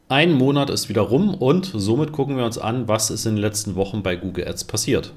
Ein Monat ist wieder rum und somit gucken wir uns an, was ist in den letzten Wochen bei Google Ads passiert.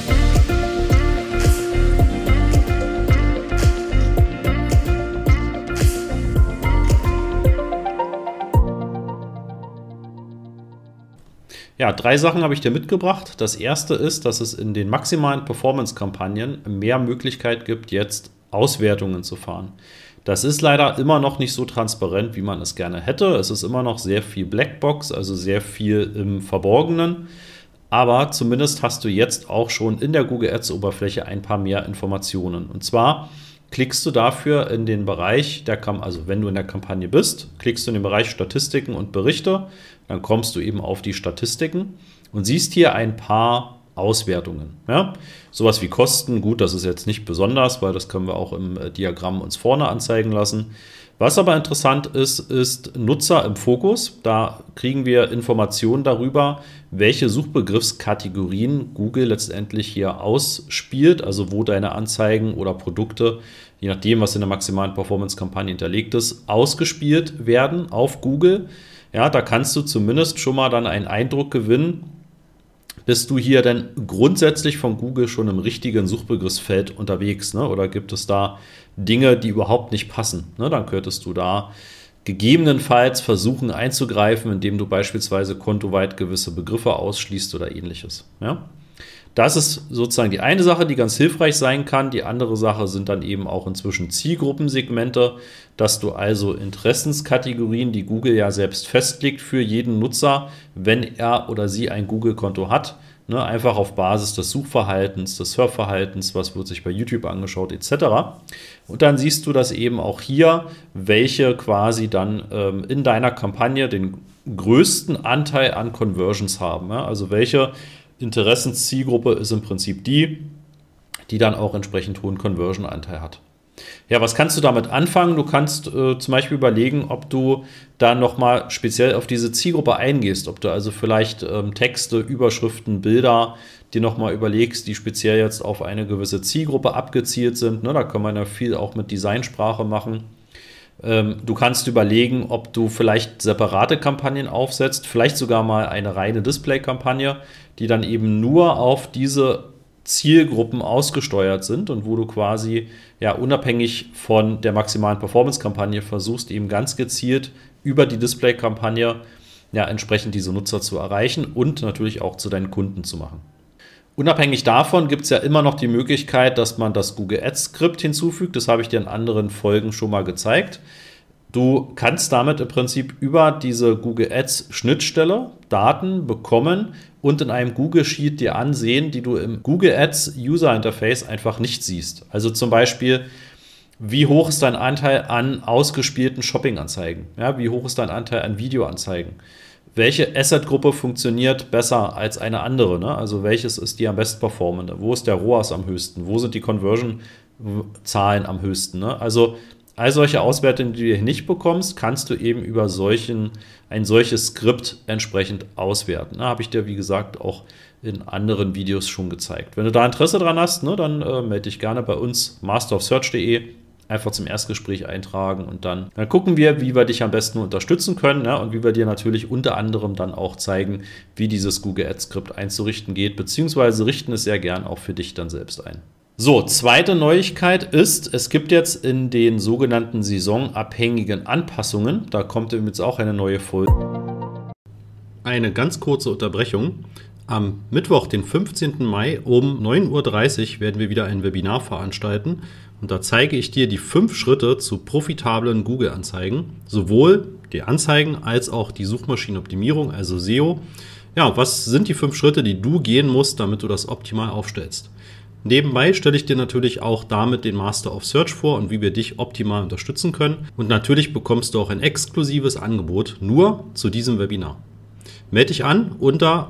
Ja, 3 Sachen habe ich dir mitgebracht. Das erste ist, dass es in den maximalen Performance-Kampagnen mehr Möglichkeit gibt, jetzt Auswertungen zu fahren. Das ist leider immer noch nicht so transparent, wie man es gerne hätte. Es ist immer noch sehr viel Blackbox, also sehr viel im Verborgenen. Aber zumindest hast du jetzt auch schon in der Google Ads Oberfläche ein paar mehr Informationen. Und zwar klickst du dafür in den Bereich, also wenn du in der Kampagne bist, klickst du in den Bereich Statistiken und Berichte, dann kommst du eben auf die Statistiken und siehst hier ein paar Auswertungen. Ja? Sowas wie Kosten, gut, das ist jetzt nicht besonders, weil das können wir auch im Diagramm uns vorne anzeigen lassen. Was aber interessant ist, ist Nutzer im Fokus. Da kriegen wir Informationen darüber, welche Suchbegriffskategorien Google letztendlich hier ausspielt, also wo deine Anzeigen oder Produkte, je nachdem, was in der maximalen Performance-Kampagne hinterlegt ist, ausgespielt werden auf Google. Ja, da kannst du zumindest schon mal dann einen Eindruck gewinnen, bist du hier denn grundsätzlich von Google schon im richtigen Suchbegriffsfeld unterwegs, ne? Oder gibt es da Dinge, die überhaupt nicht passen? Ne? Dann könntest du da gegebenenfalls versuchen einzugreifen, indem du beispielsweise kontoweit gewisse Begriffe ausschließt oder ähnliches. Ja? Das ist sozusagen die eine Sache, die ganz hilfreich sein kann. Die andere Sache sind dann eben auch inzwischen Zielgruppensegmente, dass du also Interessenskategorien, die Google ja selbst festlegt für jeden Nutzer, wenn er oder sie ein Google-Konto hat, ne, einfach auf Basis des Suchverhaltens, des Surfverhaltens, was wird sich bei YouTube angeschaut etc. Und dann siehst du das eben auch hier, welche quasi dann in deiner Kampagne den größten Anteil an Conversions haben. Ja? Also welche Interessenszielgruppe ist im Prinzip die dann auch entsprechend hohen Conversion-Anteil hat. Ja, was kannst du damit anfangen? Du kannst zum Beispiel überlegen, ob du da nochmal speziell auf diese Zielgruppe eingehst, ob du also vielleicht Texte, Überschriften, Bilder dir nochmal überlegst, die speziell jetzt auf eine gewisse Zielgruppe abgezielt sind. Ne, da kann man ja viel auch mit Designsprache machen. Du kannst überlegen, ob du vielleicht separate Kampagnen aufsetzt, vielleicht sogar mal eine reine Display-Kampagne, die dann eben nur auf diese Zielgruppen ausgesteuert sind und wo du quasi ja unabhängig von der maximalen Performance-Kampagne versuchst, eben ganz gezielt über die Display-Kampagne ja entsprechend diese Nutzer zu erreichen und natürlich auch zu deinen Kunden zu machen. Unabhängig davon gibt es ja immer noch die Möglichkeit, dass man das Google Ads-Skript hinzufügt. Das habe ich dir in anderen Folgen schon mal gezeigt. Du kannst damit im Prinzip über diese Google Ads-Schnittstelle Daten bekommen und in einem Google Sheet dir ansehen, die du im Google Ads User Interface einfach nicht siehst. Also zum Beispiel, wie hoch ist dein Anteil an ausgespielten Shopping-Anzeigen? Ja, wie hoch ist dein Anteil an Videoanzeigen? Welche Asset-Gruppe funktioniert besser als eine andere? Ne? Also welches ist die am besten performende? Wo ist der ROAS am höchsten? Wo sind die Conversion-Zahlen am höchsten? Ne? Also all solche Auswertungen, die du hier nicht bekommst, kannst du eben über ein solches Skript entsprechend auswerten. Ne? Habe ich dir, wie gesagt, auch in anderen Videos schon gezeigt. Wenn du da Interesse dran hast, ne, dann melde dich gerne bei uns, masterofsearch.de. Einfach zum Erstgespräch eintragen und dann gucken wir, wie wir dich am besten unterstützen können, ja, und wie wir dir natürlich unter anderem dann auch zeigen, wie dieses Google Ads Skript einzurichten geht, beziehungsweise richten es sehr gern auch für dich dann selbst ein. So, zweite Neuigkeit ist, es gibt jetzt in den sogenannten saisonabhängigen Anpassungen, da kommt jetzt auch eine neue Folge. Eine ganz kurze Unterbrechung. Am Mittwoch, den 15. Mai um 9:30 Uhr werden wir wieder ein Webinar veranstalten und da zeige ich dir die 5 Schritte zu profitablen Google-Anzeigen, sowohl die Anzeigen als auch die Suchmaschinenoptimierung, also SEO. Ja, was sind die 5 Schritte, die du gehen musst, damit du das optimal aufstellst? Nebenbei stelle ich dir natürlich auch damit den Master of Search vor und wie wir dich optimal unterstützen können. Und natürlich bekommst du auch ein exklusives Angebot nur zu diesem Webinar. Melde dich an unter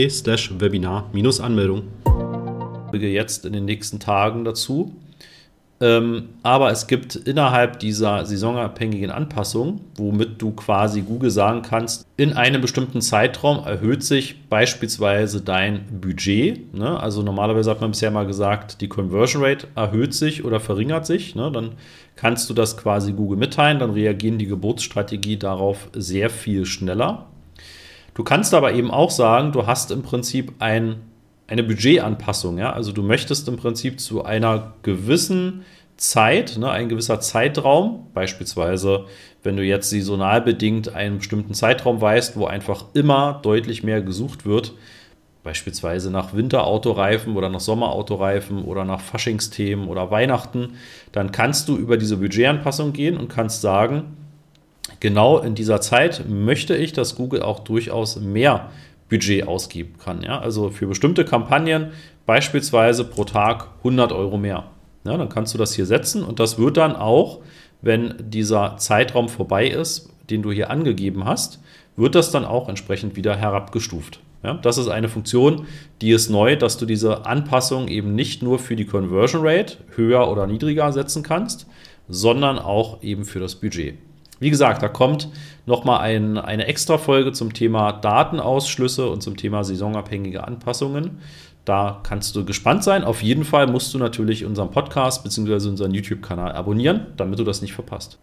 masterofsearch.de/webinar-Anmeldung. Jetzt in den nächsten Tagen dazu. Aber es gibt innerhalb dieser saisonabhängigen Anpassung, womit du quasi Google sagen kannst, in einem bestimmten Zeitraum erhöht sich beispielsweise dein Budget. Ne? Also normalerweise hat man bisher mal gesagt, die Conversion Rate erhöht sich oder verringert sich. Ne? Dann kannst du das quasi Google mitteilen, dann reagieren die Geburtsstrategie darauf sehr viel schneller. Du kannst aber eben auch sagen, du hast im Prinzip eine Budgetanpassung. Ja? Also du möchtest im Prinzip zu einer gewissen Zeit, ne, ein gewisser Zeitraum, beispielsweise wenn du jetzt saisonal bedingt einen bestimmten Zeitraum weißt, wo einfach immer deutlich mehr gesucht wird, beispielsweise nach Winterautoreifen oder nach Sommerautoreifen oder nach Faschingsthemen oder Weihnachten, dann kannst du über diese Budgetanpassung gehen und kannst sagen, genau in dieser Zeit möchte ich, dass Google auch durchaus mehr Budget ausgeben kann. Ja? Also für bestimmte Kampagnen beispielsweise pro Tag 100 Euro mehr. Ja, dann kannst du das hier setzen und das wird dann auch, wenn dieser Zeitraum vorbei ist, den du hier angegeben hast, wird das dann auch entsprechend wieder herabgestuft. Ja, das ist eine Funktion, die ist neu, dass du diese Anpassung eben nicht nur für die Conversion Rate höher oder niedriger setzen kannst, sondern auch eben für das Budget. Wie gesagt, da kommt nochmal eine extra Folge zum Thema Datenausschlüsse und zum Thema saisonabhängige Anpassungen. Da kannst du gespannt sein. Auf jeden Fall musst du natürlich unseren Podcast bzw. unseren YouTube-Kanal abonnieren, damit du das nicht verpasst.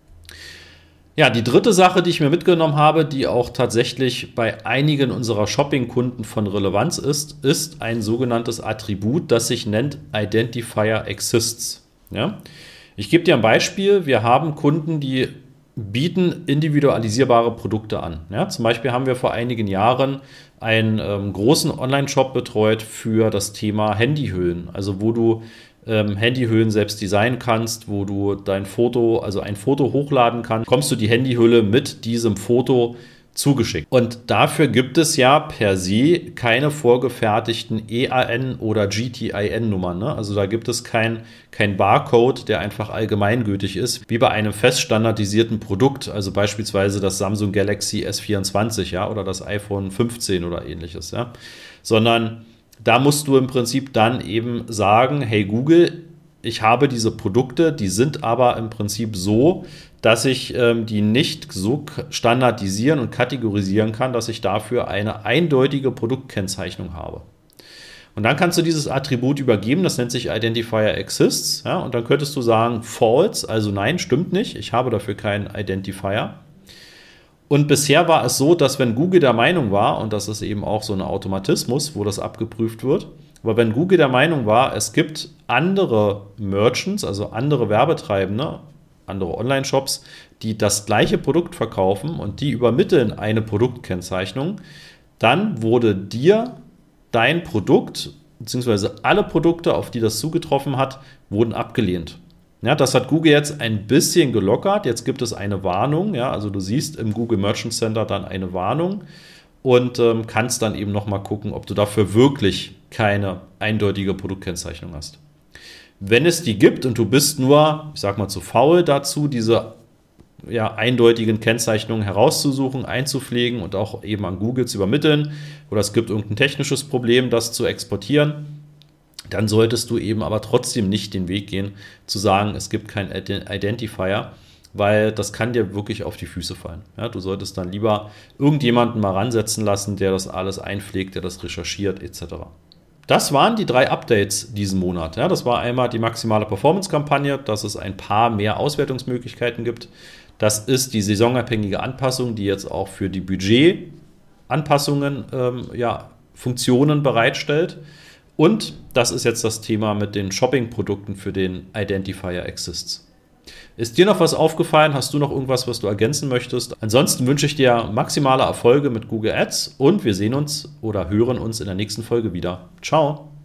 Ja, die dritte Sache, die ich mir mitgenommen habe, die auch tatsächlich bei einigen unserer Shopping-Kunden von Relevanz ist ein sogenanntes Attribut, das sich nennt Identifier Exists. Ja? Ich gebe dir ein Beispiel. Wir haben Kunden, die bieten individualisierbare Produkte an. Ja, zum Beispiel haben wir vor einigen Jahren einen großen Online-Shop betreut für das Thema Handyhüllen. Also wo du Handyhüllen selbst designen kannst, wo du ein Foto hochladen kannst, bekommst du die Handyhülle mit diesem Foto zugeschickt. Und dafür gibt es ja per se keine vorgefertigten EAN oder GTIN-Nummern. Ne? Also da gibt es kein Barcode, der einfach allgemeingültig ist, wie bei einem fest standardisierten Produkt, also beispielsweise das Samsung Galaxy S24, ja, oder das iPhone 15 oder ähnliches, ja. Sondern da musst du im Prinzip dann eben sagen, hey Google, ich habe diese Produkte, die sind aber im Prinzip so, dass ich die nicht so standardisieren und kategorisieren kann, dass ich dafür eine eindeutige Produktkennzeichnung habe. Und dann kannst du dieses Attribut übergeben, das nennt sich Identifier Exists, ja, und dann könntest du sagen false, also nein, stimmt nicht, ich habe dafür keinen Identifier. Und bisher war es so, dass wenn Google der Meinung war, und das ist eben auch so ein Automatismus, wo das abgeprüft wird, aber wenn Google der Meinung war, es gibt andere Merchants, also andere Werbetreibende, andere Online-Shops, die das gleiche Produkt verkaufen und die übermitteln eine Produktkennzeichnung, dann wurde dir dein Produkt, beziehungsweise alle Produkte, auf die das zugetroffen hat, wurden abgelehnt. Ja, das hat Google jetzt ein bisschen gelockert. Jetzt gibt es eine Warnung. Ja, also du siehst im Google Merchant Center dann eine Warnung und kannst dann eben nochmal gucken, ob du dafür wirklich keine eindeutige Produktkennzeichnung hast. Wenn es die gibt und du bist nur, ich sag mal, zu faul dazu, diese eindeutigen Kennzeichnungen herauszusuchen, einzupflegen und auch eben an Google zu übermitteln, oder es gibt irgendein technisches Problem, das zu exportieren, dann solltest du eben aber trotzdem nicht den Weg gehen, zu sagen, es gibt keinen Identifier, weil das kann dir wirklich auf die Füße fallen. Ja, du solltest dann lieber irgendjemanden mal ransetzen lassen, der das alles einpflegt, der das recherchiert etc. Das waren die 3 Updates diesen Monat. Ja, das war einmal die maximale Performance-Kampagne, dass es ein paar mehr Auswertungsmöglichkeiten gibt. Das ist die saisonabhängige Anpassung, die jetzt auch für die Budgetanpassungen Funktionen bereitstellt. Und das ist jetzt das Thema mit den Shopping-Produkten für den Identifier Exists. Ist dir noch was aufgefallen? Hast du noch irgendwas, was du ergänzen möchtest? Ansonsten wünsche ich dir maximale Erfolge mit Google Ads und wir sehen uns oder hören uns in der nächsten Folge wieder. Ciao!